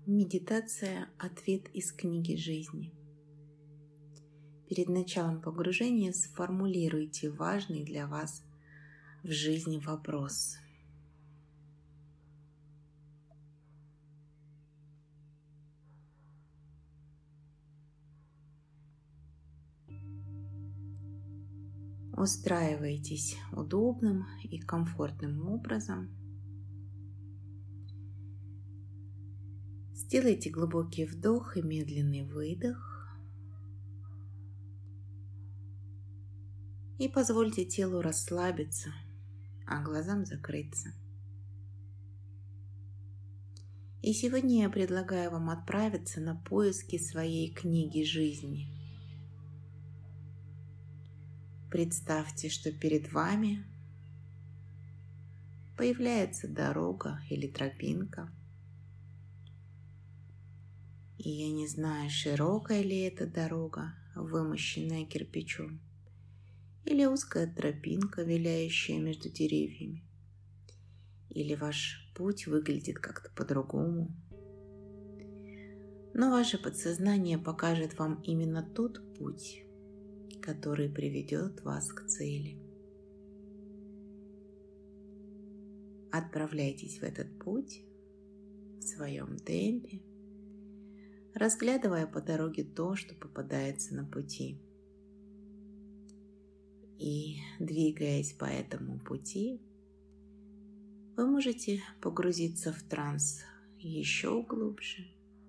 Медитация «Ответ из книги жизни». Перед началом погружения сформулируйте важный для вас в жизни вопрос. Устраивайтесь удобным и комфортным образом. Сделайте глубокий вдох и медленный выдох. И позвольте телу расслабиться, а глазам закрыться. И сегодня я предлагаю вам отправиться на поиски своей книги жизни. Представьте, что перед вами появляется дорога или тропинка. И я не знаю, широкая ли эта дорога, вымощенная кирпичом, или узкая тропинка, виляющая между деревьями, или ваш путь выглядит как-то по-другому. Но ваше подсознание покажет вам именно тот путь, который приведет вас к цели. Отправляйтесь в этот путь в своем темпе, разглядывая по дороге то, что попадается на пути. И, двигаясь по этому пути, вы можете погрузиться в транс еще глубже,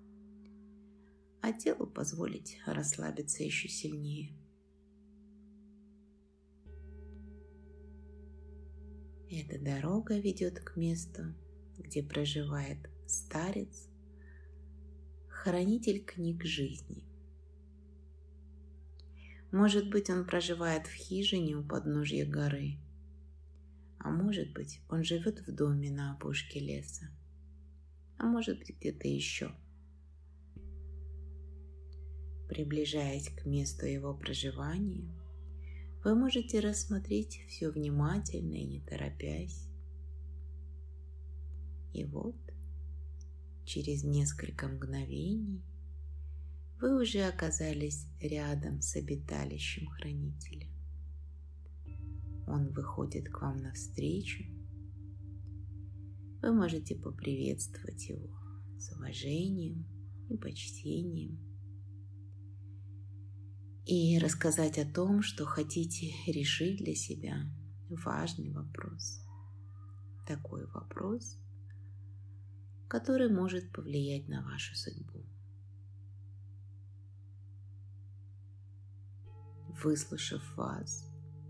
а телу позволить расслабиться еще сильнее. Эта дорога ведет к месту, где проживает старец, хранитель книг жизни. Может быть, он проживает в хижине у подножья горы, а может быть, он живет в доме на опушке леса, а может быть, где-то еще. Приближаясь к месту его проживания, вы можете рассмотреть все внимательно и не торопясь. И вот, через несколько мгновений вы уже оказались рядом с обиталищем хранителя. Он выходит к вам навстречу. Вы можете поприветствовать его с уважением и почтением и рассказать о том, что хотите решить для себя важный вопрос. Такой вопрос, который может повлиять на вашу судьбу. Выслушав вас,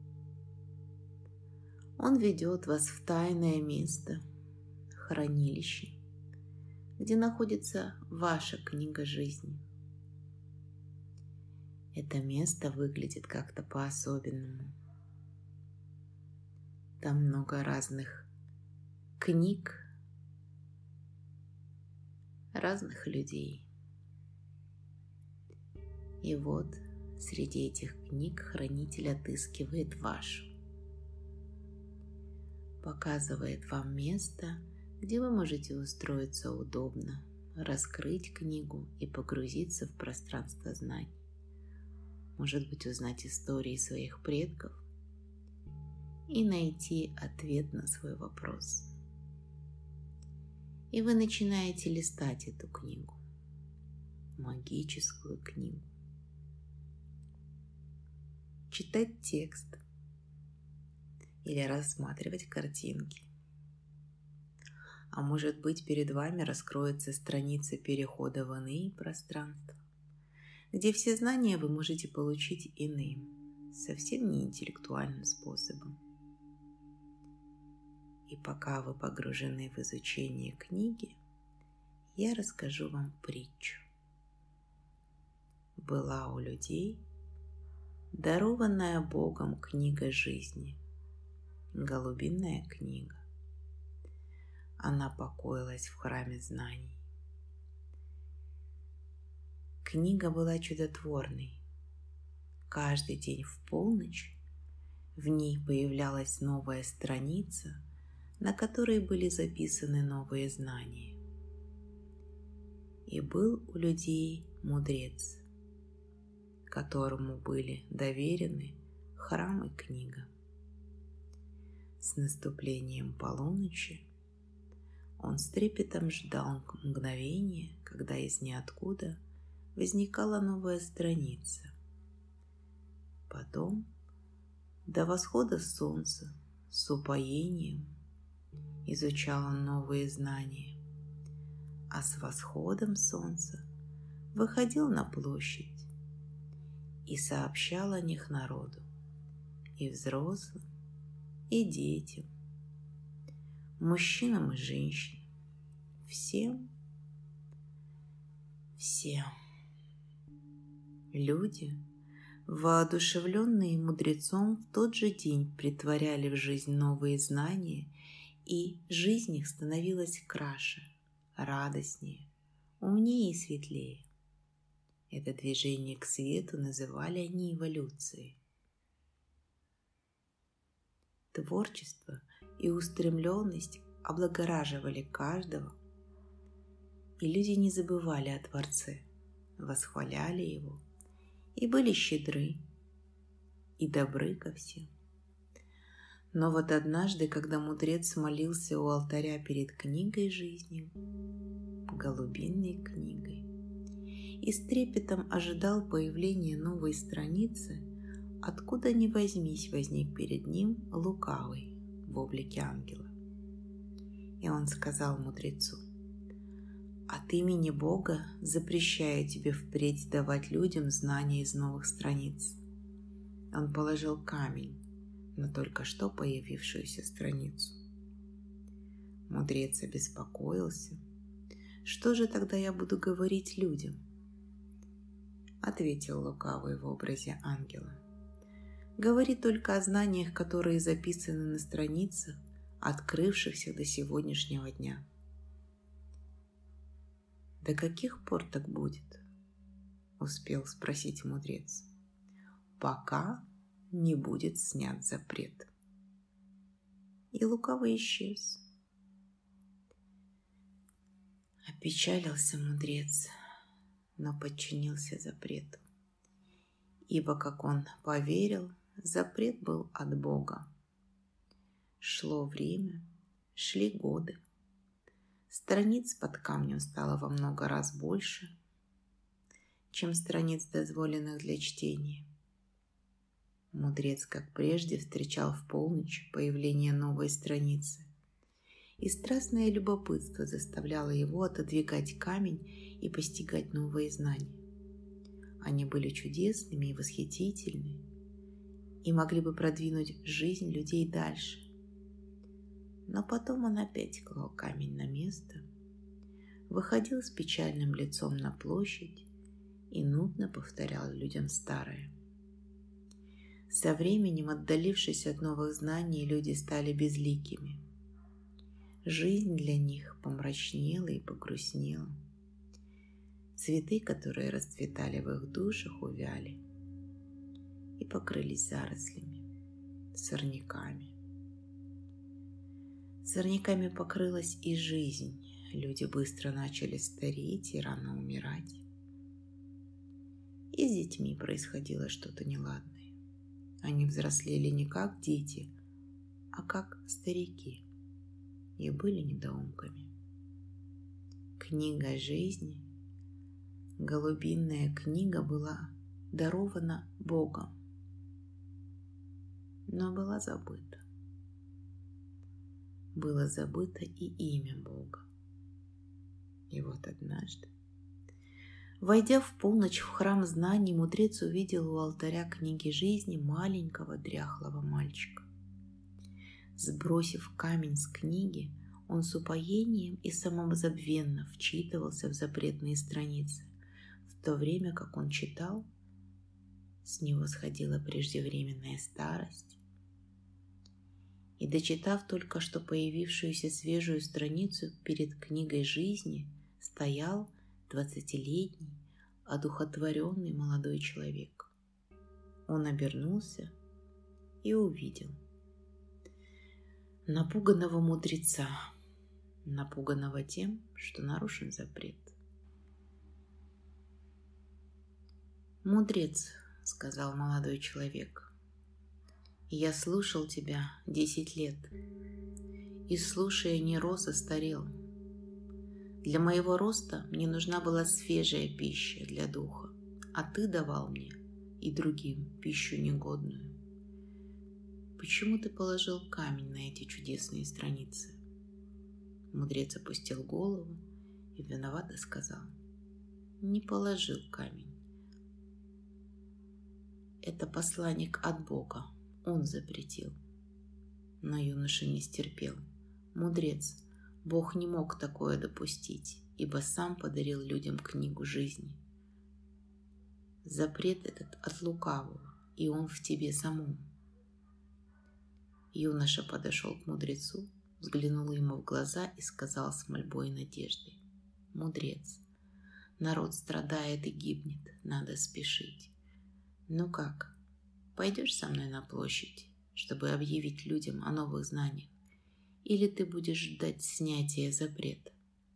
он ведет вас в тайное место, хранилище, где находится ваша книга жизни. Это место выглядит как-то по-особенному. Там много разных книг, разных людей. И вот среди этих книг хранитель отыскивает вашу. Показывает вам место, где вы можете устроиться удобно, раскрыть книгу и погрузиться в пространство знаний. Может быть, узнать истории своих предков и найти ответ на свой вопрос. И вы начинаете листать эту книгу, магическую книгу, читать текст или рассматривать картинки. А может быть, перед вами раскроется страница перехода в иные пространства, где все знания вы можете получить иным, совсем не интеллектуальным способом. И пока вы погружены в изучение книги, я расскажу вам притчу. Была у людей дарованная Богом книга жизни, голубиная книга. Она покоилась в храме знаний. Книга была чудотворной. Каждый день в полночь в ней появлялась новая страница, на которой были записаны новые знания. И был у людей мудрец, которому были доверены храм и книга. С наступлением полуночи он с трепетом ждал мгновения, когда из ниоткуда возникала новая страница. Потом, до восхода солнца, с упоением изучал он новые знания, а с восходом солнца выходил на площадь и сообщал о них народу, и взрослым, и детям, мужчинам и женщинам, всем. Люди, воодушевленные мудрецом, в тот же день претворяли в жизнь новые знания, и жизнь их становилась краше, радостнее, умнее и светлее. Это движение к свету называли они эволюцией. Творчество и устремленность облагораживали каждого, и люди не забывали о Творце, восхваляли Его и были щедры и добры ко всем. Но вот однажды, когда мудрец молился у алтаря перед книгой жизни, голубиной книгой, и с трепетом ожидал появления новой страницы, откуда ни возьмись возник перед ним лукавый в облике ангела. И он сказал мудрецу: «От имени Бога запрещаю тебе впредь давать людям знания из новых страниц». Он положил камень на только что появившуюся страницу. Мудрец обеспокоился. «Что же тогда я буду говорить людям?» Ответил лукавый в образе ангела: «Говори только о знаниях, которые записаны на страницах, открывшихся до сегодняшнего дня». «До каких пор так будет?» — успел спросить мудрец. «Пока не будет снят запрет». И лукавый исчез. Опечалился мудрец, но подчинился запрету, ибо, как он поверил, запрет был от Бога. Шло время, шли годы. Страниц под камнем стало во много раз больше, чем страниц, дозволенных для чтения. Мудрец, как прежде, встречал в полночь появление новой страницы, и страстное любопытство заставляло его отодвигать камень и постигать новые знания. Они были чудесными и восхитительны, и могли бы продвинуть жизнь людей дальше. Но потом он опять клал камень на место, выходил с печальным лицом на площадь и нудно повторял людям старое. Со временем, отдалившись от новых знаний, люди стали безликими. Жизнь для них помрачнела и погрустнела. Цветы, которые расцветали в их душах, увяли и покрылись зарослями, сорняками. Сорняками покрылась и жизнь. Люди быстро начали стареть и рано умирать. И с детьми происходило что-то неладное. Они взрослели не как дети, а как старики, и были недоумками. Книга жизни, голубиная книга, была дарована Богом, но была забыта. Было забыто и имя Бога. И вот однажды, войдя в полночь в храм знаний, мудрец увидел у алтаря книги жизни маленького дряхлого мальчика. Сбросив камень с книги, он с упоением и самозабвенно вчитывался в запретные страницы. В то время, как он читал, с него сходила преждевременная старость. И, дочитав только что появившуюся свежую страницу перед книгой жизни, стоял 20-летний, одухотворенный молодой человек. Он обернулся и увидел напуганного мудреца, напуганного тем, что нарушен запрет. «Мудрец», — сказал молодой человек, — «я слушал тебя 10 лет, и, слушая, не рос, а старел. Для моего роста мне нужна была свежая пища для духа, а ты давал мне и другим пищу негодную. Почему ты положил камень на эти чудесные страницы?» Мудрец опустил голову и виновато сказал: «Не положил камень. Это посланник от Бога, он запретил». Но юноша не стерпел. «Мудрец, Бог не мог такое допустить, ибо сам подарил людям книгу жизни. Запрет этот от лукавого, и он в тебе самом». Юноша подошел к мудрецу, взглянул ему в глаза и сказал с мольбой и надеждой: «Мудрец, народ страдает и гибнет, надо спешить. Ну как, пойдешь со мной на площадь, чтобы объявить людям о новых знаниях, или ты будешь ждать снятия запрета?»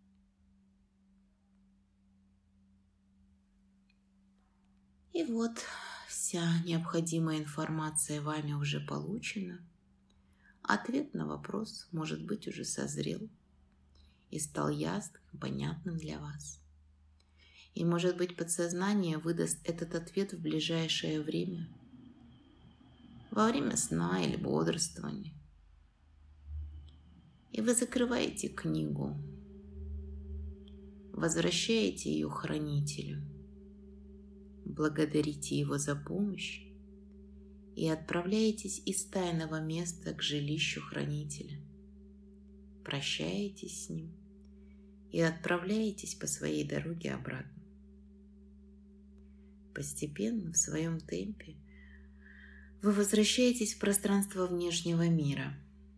И вот вся необходимая информация вами уже получена. Ответ на вопрос, может быть, уже созрел и стал ясным, понятным для вас. И, может быть, подсознание выдаст этот ответ в ближайшее время, во время сна или бодрствования. И вы закрываете книгу, возвращаете ее хранителю, благодарите его за помощь и отправляетесь из тайного места к жилищу хранителя. Прощаетесь с ним и отправляетесь по своей дороге обратно. Постепенно, в своем темпе, вы возвращаетесь в пространство внешнего мира.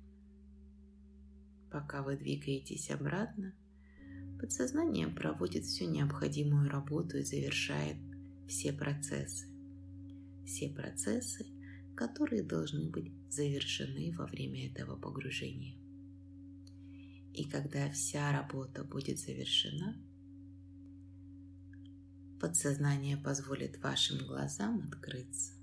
Пока вы двигаетесь обратно, подсознание проводит всю необходимую работу и завершает все процессы, которые должны быть завершены во время этого погружения. И когда вся работа будет завершена, подсознание позволит вашим глазам открыться.